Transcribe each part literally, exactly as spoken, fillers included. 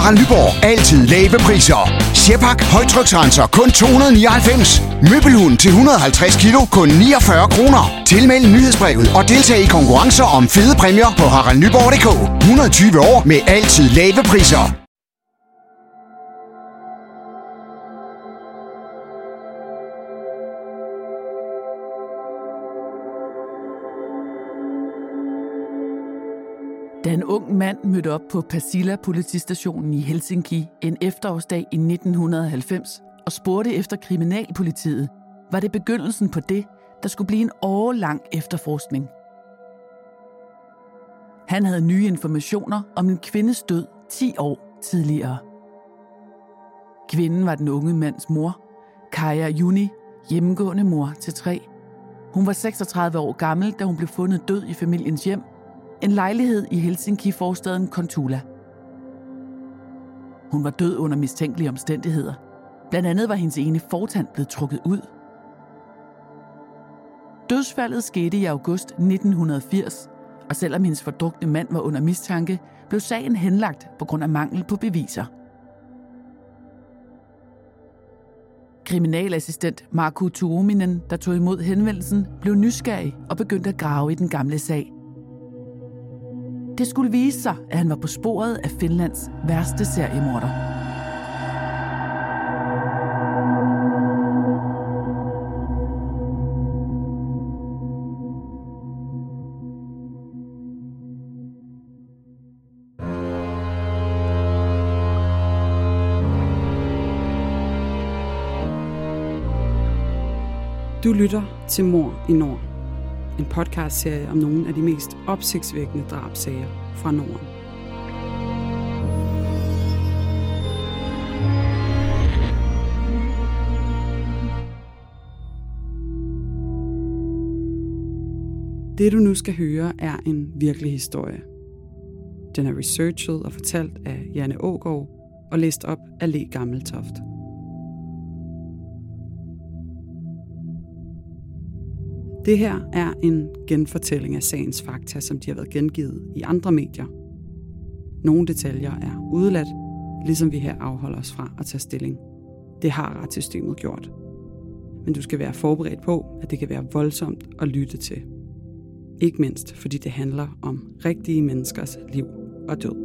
Harald Nyborg. Altid lave priser. Sjehpak højtryksrenser kun to hundrede og nioghalvfems. Møbelhund til et hundrede og halvtreds kilo kun niogfyrre kroner. Tilmeld nyhedsbrevet og deltag i konkurrencer om fede præmier på harald nyborg punktum d k. hundrede og tyve år med altid lave priser. Da en ung mand mødte op på Pasila politistationen i Helsinki en efterårsdag i nitten halvfems og spurgte efter kriminalpolitiet, var det begyndelsen på det, der skulle blive en årelang efterforskning. Han havde nye informationer om en kvindes død ti år tidligere. Kvinden var den unge mands mor, Kaija Juni, hjemmegående mor til tre. Hun var seksogtredive år gammel, da hun blev fundet død i familiens hjem, en lejlighed i Helsinki-forstaden Kontula. Hun var død under mistænkelige omstændigheder. Blandt andet var hendes ene fortand blevet trukket ud. Dødsfaldet skete i august nitten firs, og selvom hendes fordrukne mand var under mistanke, blev sagen henlagt på grund af mangel på beviser. Kriminalassistent Markku Tuominen, der tog imod henvendelsen, blev nysgerrig og begyndte at grave i den gamle sag. Det skulle vise sig, at han var på sporet af Finlands værste seriemorder. Du lytter til Mord i Nord. En podcastserie om nogle af de mest opsigtsvækkende drabssager fra Norden. Det du nu skal høre er en virkelig historie. Den er researchet og fortalt af Janne Aagaard og læst op af Le Gammeltoft. Det her er en genfortælling af sagens fakta, som de har været gengivet i andre medier. Nogle detaljer er udeladt, ligesom vi her afholder os fra at tage stilling. Det har retssystemet gjort. Men du skal være forberedt på, at det kan være voldsomt at lytte til. Ikke mindst, fordi det handler om rigtige menneskers liv og død.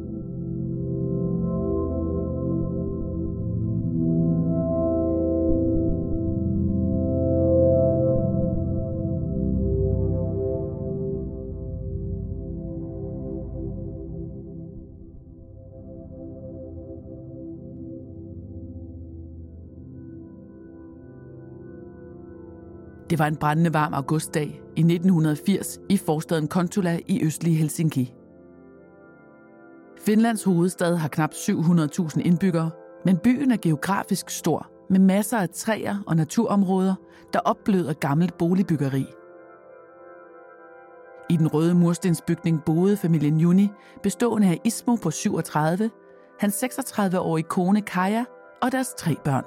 Det var en brændende varm augustdag i nitten firs i forstaden Kontula i østlige Helsinki. Finlands hovedstad har knap syv hundrede tusind indbyggere, men byen er geografisk stor med masser af træer og naturområder, der opbløder gammelt boligbyggeri. I den røde murstensbygning boede familien Juni, bestående af Ismo på syvogtredive, hans seksogtredive-årige kone Kaija og deres tre børn.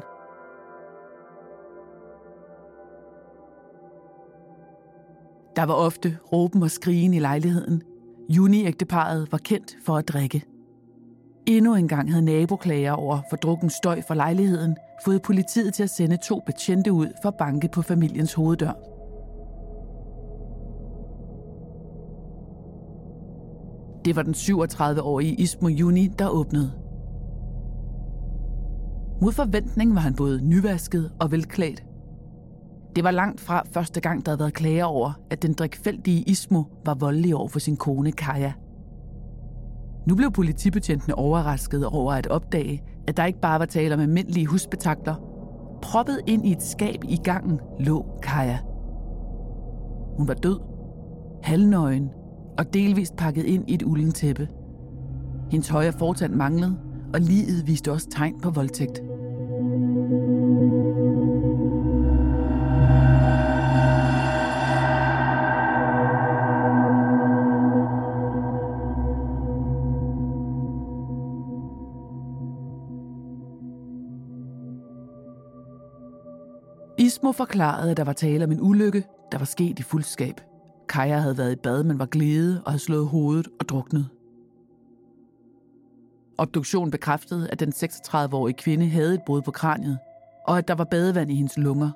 Der var ofte råben og skrigen i lejligheden. Juni-ægteparret var kendt for at drikke. Endnu engang havde naboklager over fordrukken støj fra lejligheden fået politiet til at sende to betjente ud for at banke på familiens hoveddør. Det var den syvogtredive-årige Ismo Juni, der åbnede. Mod forventning var han både nyvasket og velklædt. Det var langt fra første gang, der havde været klager over, at den drikfældige Ismo var voldelig over for sin kone Kaija. Nu blev politibetjentene overrasket over at opdage, at der ikke bare var tale om almindelige husspektakler. Proppet ind i et skab i gangen lå Kaija. Hun var død, halvnøgen og delvist pakket ind i et uldent tæppe. Hendes højre fortand manglede, og liget viste også tegn på voldtægt. Ismo forklarede, at der var tale om en ulykke, der var sket i fuldskab. Kaija havde været i bad, men var gledet og havde slået hovedet og druknet. Obduktionen bekræftede, at den seksogtredive-årige kvinde havde et brud på kraniet, og at der var badevand i hendes lunger.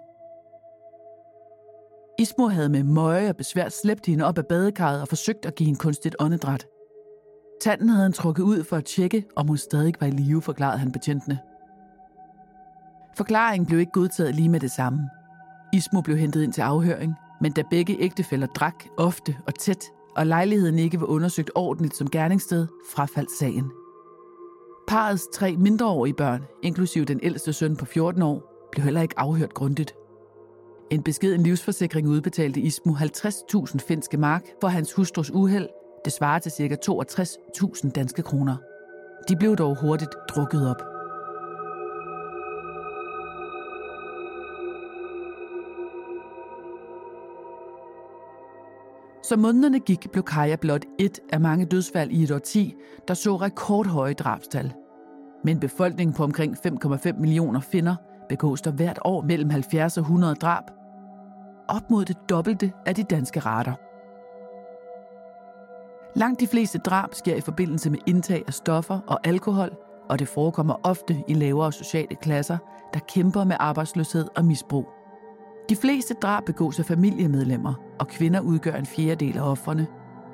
Ismo havde med møje og besvær slæbt hende op af badekarret og forsøgt at give hende kunstigt åndedræt. Tanden havde han trukket ud for at tjekke, om hun stadig var i live, forklarede han betjentene. Forklaringen blev ikke godtaget lige med det samme. Ismo blev hentet ind til afhøring, men da begge ægtefæller drak ofte og tæt, og lejligheden ikke var undersøgt ordentligt som gerningssted, frafaldt sagen. Parrets tre mindreårige børn, inklusive den ældste søn på fjorten år, blev heller ikke afhørt grundigt. En beskeden livsforsikring udbetalte Ismo halvtreds tusind finske mark for hans hustrus uheld. Det svarer til ca. toogtres tusind danske kroner. De blev dog hurtigt drukket op. Som månederne gik, blev Kaja blot et af mange dødsfald i et årti, der så rekordhøje drabstal. Med en befolkning på omkring fem komma fem millioner finner, begås der hvert år mellem halvfjerds og hundrede drab. Op mod det dobbelte af de danske rater. Langt de fleste drab sker i forbindelse med indtag af stoffer og alkohol, og det forekommer ofte i lavere sociale klasser, der kæmper med arbejdsløshed og misbrug. De fleste drab begås af familiemedlemmer, og kvinder udgør en fjerdedel af ofrene.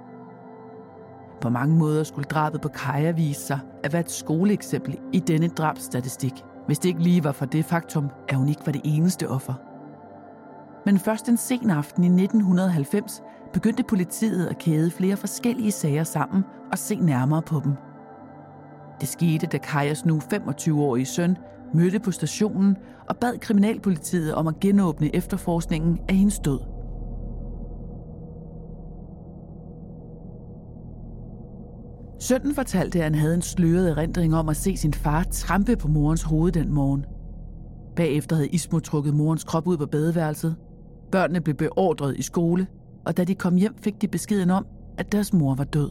På mange måder skulle drabet på Kaja vise sig at være et skoleeksempel i denne drabsstatistik, hvis det ikke lige var for det faktum, at hun ikke var det eneste offer. Men først en sen aften i nitten halvfems begyndte politiet at kæde flere forskellige sager sammen og se nærmere på dem. Det skete, da Kajas nu femogtyve-årige søn mødte på stationen og bad kriminalpolitiet om at genåbne efterforskningen af hendes død. Sønnen fortalte, at han havde en sløret erindring om at se sin far trampe på morens hoved den morgen. Bagefter havde Ismo trukket morens krop ud på badeværelset. Børnene blev beordret i skole, og da de kom hjem, fik de beskeden om, at deres mor var død.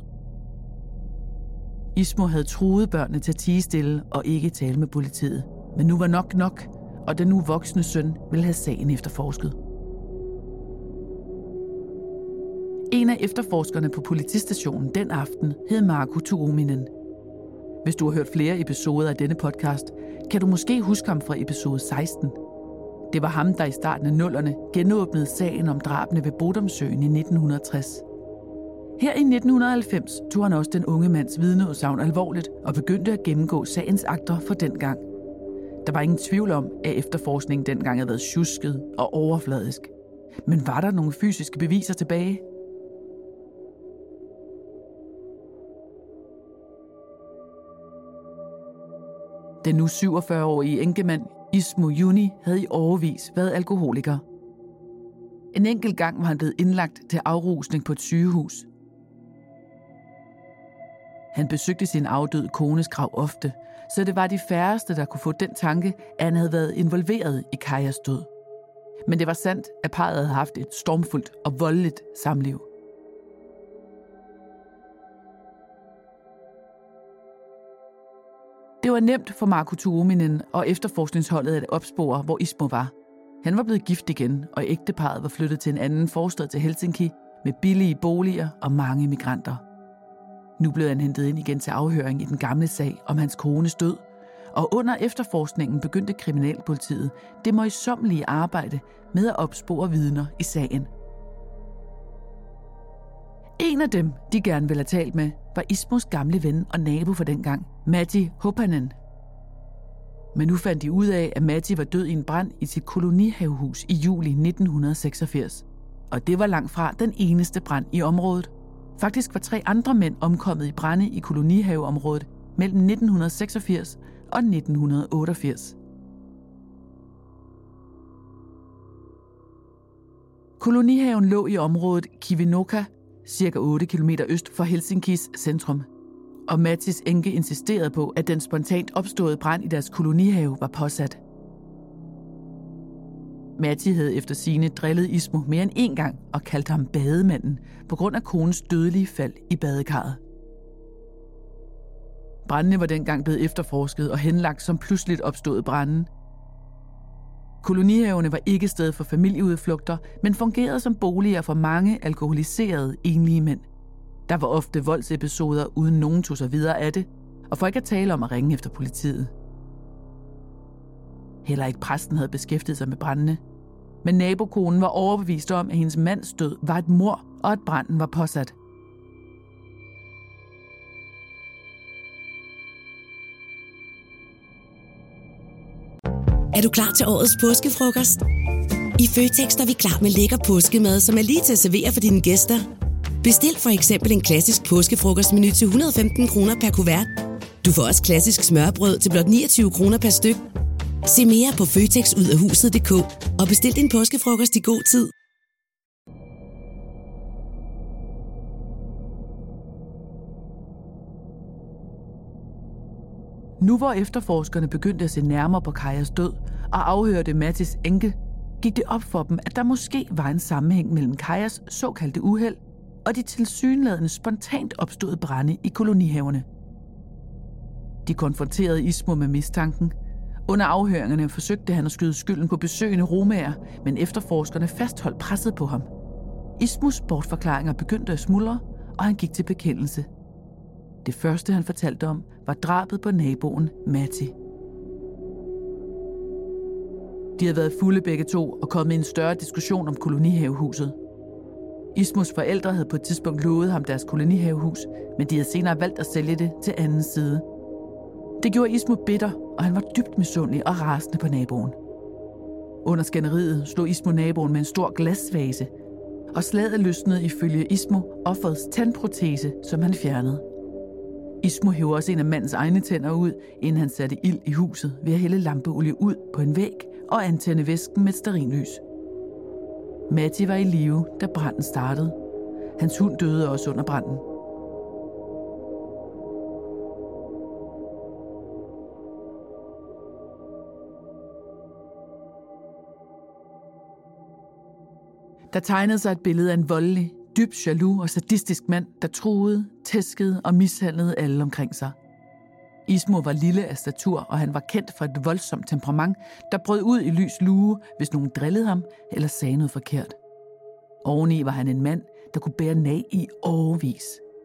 Ismo havde truet børnene til at tie stille og ikke tale med politiet. Men nu var nok nok, og den nu voksne søn ville have sagen efterforsket. En af efterforskerne på politistationen den aften hed Markku Tuominen. Hvis du har hørt flere episoder af denne podcast, kan du måske huske ham fra episode seksten. Det var ham, der i starten af nullerne genåbnede sagen om drabene ved Bodomsøen i nitten tres. Her i nitten halvfems tog han også den unge mands vidneudsagn alvorligt og begyndte at gennemgå sagens akter for den gang. Der var ingen tvivl om, at efterforskningen dengang havde været sjusket og overfladisk. Men var der nogle fysiske beviser tilbage? Den nu syvogfyrre-årige enkemand Ismo Juni havde i årevis været alkoholiker. En enkelt gang var han blevet indlagt til afrusning på et sygehus. Han besøgte sin afdøde kones grav ofte, så det var de færreste, der kunne få den tanke, at han havde været involveret i Kajas død. Men det var sandt, at parret havde haft et stormfuldt og voldeligt samliv. Det var nemt for Markku Tuominen og efterforskningsholdet at opspore, hvor Ismo var. Han var blevet gift igen, og ægteparret var flyttet til en anden forstad til Helsinki med billige boliger og mange migranter. Nu blev han hentet ind igen til afhøring i den gamle sag om hans kones død, og under efterforskningen begyndte kriminalpolitiet det møjsommelige arbejde med at opspore vidner i sagen. En af dem, de gerne ville have talt med, var Ismos gamle ven og nabo for dengang, Matti Hoppanen. Men nu fandt de ud af, at Matti var død i en brand i sit kolonihavehus i juli nitten seksogfirs. Og det var langt fra den eneste brand i området. Faktisk var tre andre mænd omkommet i brande i kolonihaveområdet mellem nitten seksogfirs og nitten otteogfirs. Kolonihaven lå i området Kivinnokka, cirka otte kilometer øst for Helsinkis centrum. Og Mattis enke insisterede på, at den spontant opståede brand i deres kolonihave var påsat. Matti havde efter sigende drillet Ismo mere end en gang og kaldte ham bademanden på grund af konens dødelige fald i badekarret. Brændene var dengang blevet efterforsket og henlagt som pludseligt opstået brande. Kolonihaverne var ikke sted for familieudflugter, men fungerede som boliger for mange alkoholiserede enlige mænd. Der var ofte voldsepisoder, uden nogen tog sig videre af det, og for ikke at tale om at ringe efter politiet. Heller ikke præsten havde beskæftiget sig med brændene, men nabokonen var overbevist om, at hendes mands død var et mord, og at branden var påsat. Er du klar til årets påskefrokost? I Føtex er vi klar med lækker påskemad, som er lige til at servere for dine gæster. Bestil for eksempel en klassisk påskefrokostmenu til et hundrede og femten kroner per kuvert. Du får også klassisk smørbrød til blot niogtyve kroner per styk. Se mere på føtex ud af huset punktum d k og bestil din påskefrokost i god tid. Nu hvor efterforskerne begyndte at se nærmere på Kajas død og afhørte Mattis enke, gik det op for dem, at der måske var en sammenhæng mellem Kajas såkaldte uheld og de tilsyneladende spontant opståede brande i kolonihaverne. De konfronterede Ismo med mistanken. Under afhøringerne forsøgte han at skyde skylden på besøgende romager, men efterforskerne fastholdt presset på ham. Ismos bortforklaringer begyndte at smuldre, og han gik til bekendelse. Det første, han fortalte om, var drabet på naboen Matti. De havde været fulde begge to og kommet i en større diskussion om kolonihavehuset. Ismos forældre havde på et tidspunkt lovet ham deres kolonihavehus, men de havde senere valgt at sælge det til anden side. Det gjorde Ismo bitter, og han var dybt misundelig og rasende på naboen. Under skænderiet slog Ismo naboen med en stor glasvase, og slaget løsnede ifølge Ismo offerets tandprotese, som han fjernede. Ismo hævde også en af mandens egne tænder ud, inden han satte ild i huset ved at hælde lampeolie ud på en væg og antænde væsken med et stearinlys. Matti var i live, da branden startede. Hans hund døde også under branden. Der tegnede sig et billede af en voldelig, dybt jaloux og sadistisk mand, der truede, tæskede og mishandlede alle omkring sig. Ismo var lille af statur, og han var kendt for et voldsomt temperament, der brød ud i lys lue, hvis nogen drillede ham eller sagde noget forkert. Oveni var han en mand, der kunne bære nag i årevis.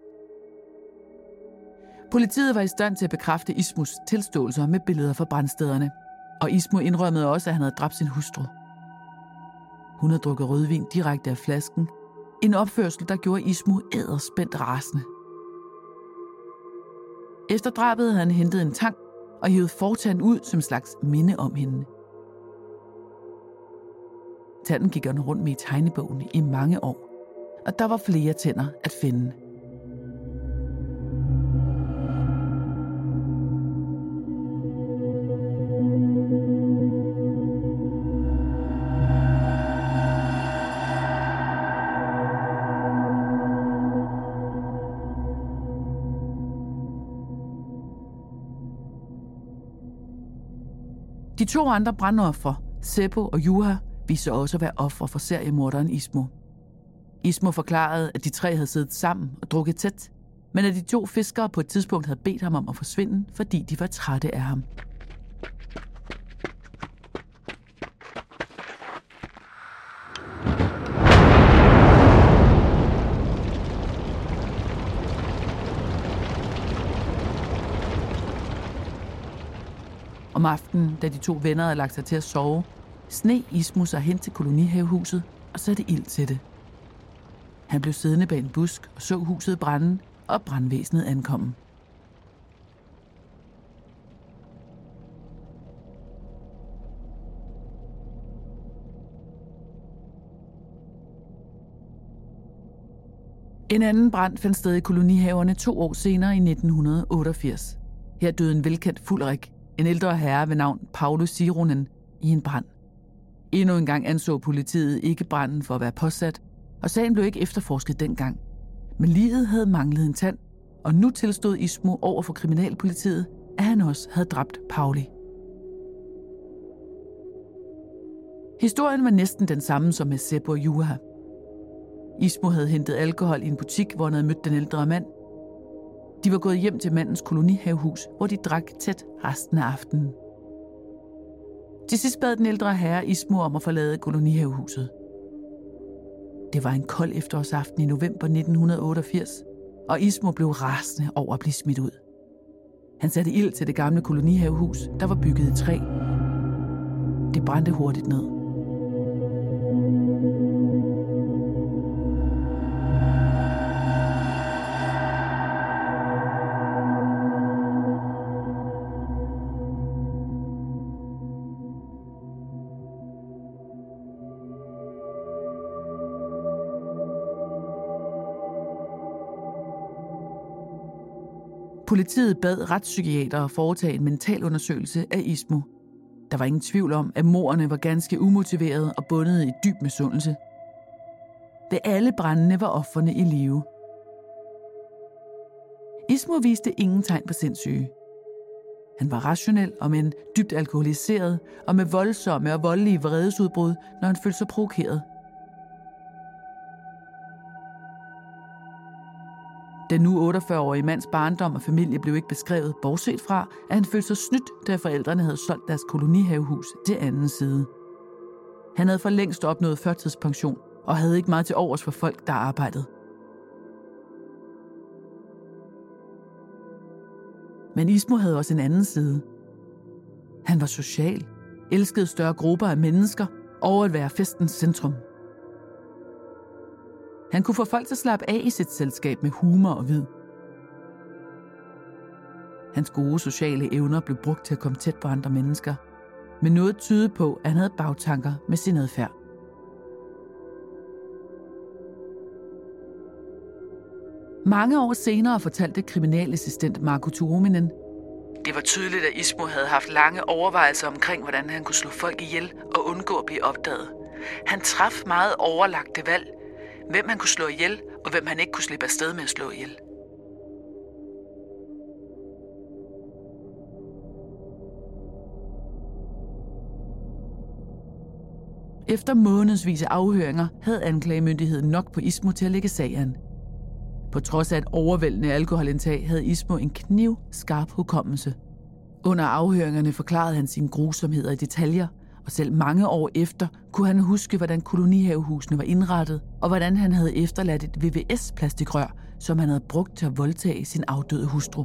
Politiet var i stand til at bekræfte Ismos tilståelser med billeder fra brandstederne, og Ismo indrømmede også, at han havde dræbt sin hustru. Hun havde drukket rødvin direkte af flasken. En opførsel, der gjorde Ismo edderspændt rasende. Efter drabet havde han hentet en tang og hævet fortanden ud som en slags minde om hende. Tanden gik han rundt med i tegnebogen i mange år, og der var flere tænder at finde. De to andre brandofre, Seppo og Juha, viste også at være ofre for seriemorderen Ismo. Ismo forklarede, at de tre havde siddet sammen og drukket tæt, men at de to fiskere på et tidspunkt havde bedt ham om at forsvinde, fordi de var trætte af ham. Om aftenen, da de to venner havde lagt sig til at sove, sneg Ismo sig hen til kolonihavehuset og satte ild til det. Han blev siddende bag en busk og så huset brænde, og brandvæsenet ankomme. En anden brand fandt sted i kolonihaverne to år senere i nitten otteogfirs. Her døde en velkendt fulderik, en ældre herre ved navn Paolo Sironen, i en brand. Endnu en gang anså politiet ikke branden for at være påsat, og sagen blev ikke efterforsket dengang. Men liget havde manglet en tand, og nu tilstod Ismo over for kriminalpolitiet, at han også havde dræbt Pauli. Historien var næsten den samme som med Seppo og Juha. Ismo havde hentet alkohol i en butik, hvor han havde mødt den ældre mand. De var gået hjem til mandens kolonihavehus, hvor de drak tæt resten af aftenen. Til sidst bad den ældre herre Ismo om at forlade kolonihavehuset. Det var en kold efterårsaften i november nitten otteogfirs, og Ismo blev rasende over at blive smidt ud. Han satte ild til det gamle kolonihavehus, der var bygget i træ. Det brændte hurtigt ned. Politiet bad retspsykiatere foretage en mentalundersøgelse af Ismo. Der var ingen tvivl om, at mordene var ganske umotiverede og bundet i dyb misundelse. Ved alle brændene var ofrene i live. Ismo viste ingen tegn på sindssyge. Han var rationel og men dybt alkoholiseret og med voldsomme og voldelige vredesudbrud, når han følte sig provokeret. Den nu otteogfyrre-årige mands barndom og familie blev ikke beskrevet, bortset fra, at han følte sig snydt, da forældrene havde solgt deres kolonihavehus til anden side. Han havde for længst opnået førtidspension og havde ikke meget til overs for folk, der arbejdede. Men Ismo havde også en anden side. Han var social, elskede større grupper af mennesker og at være festens centrum. Han kunne få folk til at slappe af i sit selskab med humor og vid. Hans gode sociale evner blev brugt til at komme tæt på andre mennesker, men noget tydede på, at han havde bagtanker med sin adfærd. Mange år senere fortalte kriminalassistent Marko Tuominen: det var tydeligt, at Ismo havde haft lange overvejelser omkring, hvordan han kunne slå folk ihjel og undgå at blive opdaget. Han traf meget overlagte valg, hvem han kunne slå ihjel, og hvem han ikke kunne slippe afsted med at slå ihjel. Efter månedsvise afhøringer havde anklagemyndigheden nok på Ismo til at lægge sag an. På trods af et overvældende alkoholindtag havde Ismo en knivskarp hukommelse. Under afhøringerne forklarede han sine grusomheder i detaljer, og selv mange år efter kunne han huske, hvordan kolonihavehusene var indrettet, og hvordan han havde efterladt et V V S-plastikrør, som han havde brugt til at voldtage sin afdøde hustru.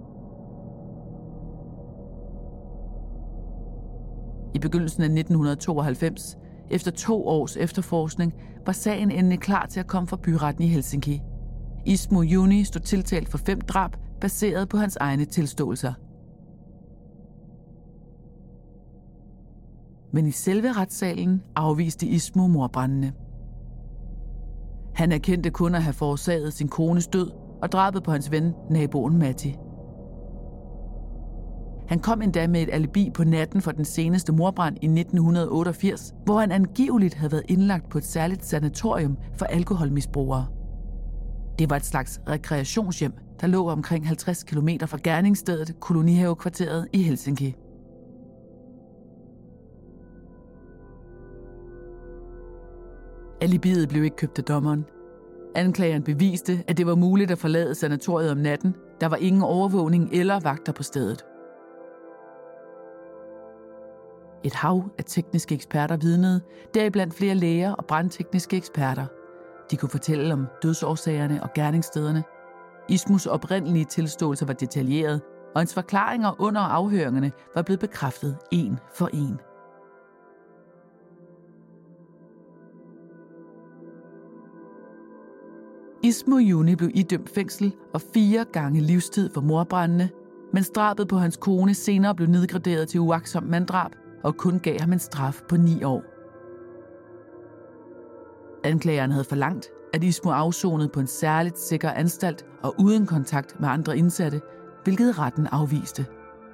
I begyndelsen af nitten tooghalvfems, efter to års efterforskning, var sagen endelig klar til at komme fra byretten i Helsinki. Ismo Juni stod tiltalt for fem drab, baseret på hans egne tilståelser. Men i selve retssalen afviste Ismo mordbrændene. Han erkendte kun at have forårsaget sin kones død og drabet på hans ven, naboen Matti. Han kom endda med et alibi på natten for den seneste mordbrand i nitten otteogfirs, hvor han angiveligt havde været indlagt på et særligt sanatorium for alkoholmisbrugere. Det var et slags rekreationshjem, der lå omkring halvtreds kilometer fra gerningsstedet, kolonihavekvarteret i Helsinki. Alibiet blev ikke købt af dommeren. Anklageren beviste, at det var muligt at forlade sanatoriet om natten. Der var ingen overvågning eller vagter på stedet. Et hav af tekniske eksperter vidnede, deriblandt flere læger og brandtekniske eksperter. De kunne fortælle om dødsårsagerne og gerningsstederne. Ismos oprindelige tilståelse var detaljeret, og hans forklaringer under afhøringerne var blevet bekræftet en for en. Ismo Juni blev idømt fængsel og fire gange livstid for mordbrændene, mens drabet på hans kone senere blev nedgraderet til uagtsomt manddrab og kun gav ham en straf på ni år. Anklageren havde forlangt, at Ismo afsonede på en særligt sikker anstalt og uden kontakt med andre indsatte, hvilket retten afviste.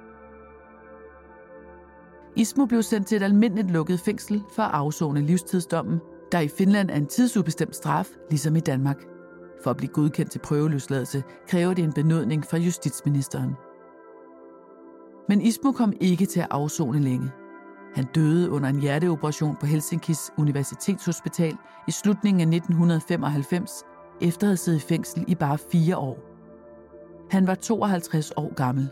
Ismo blev sendt til et almindeligt lukket fængsel for at afsone livstidsdommen, der i Finland er en tidsubestemt straf, ligesom i Danmark. For at blive godkendt til prøveløsladelse kræver det en benådning fra justitsministeren. Men Ismo kom ikke til at afsone længe. Han døde under en hjerteoperation på Helsinkis Universitetshospital i slutningen af nitten femoghalvfems, efter at have siddet i fængsel i bare fire år. Han var tooghalvtreds år gammel.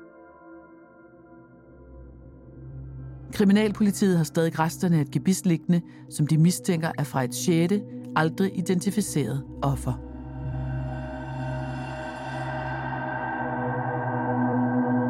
Kriminalpolitiet har stadig resterne af et gebis liggende, som de mistænker er fra et sjette, aldrig identificeret offer.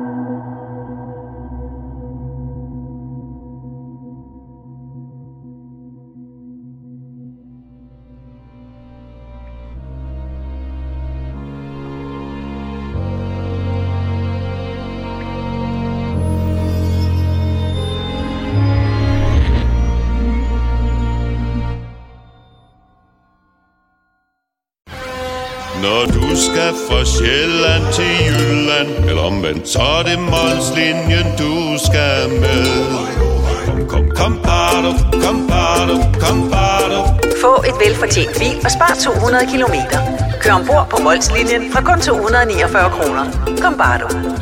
Når du skal fra Sjælland til Jylland, eller omvendt, så er det Molslinjen, du skal med. Kom, kom, kom, bado, kom, bado, kom, bado. Få et velfortjent bil og spar to hundrede kilometer. Kør ombord på Molslinjen fra kun to hundrede niogfyrre kroner. Kom, bare du.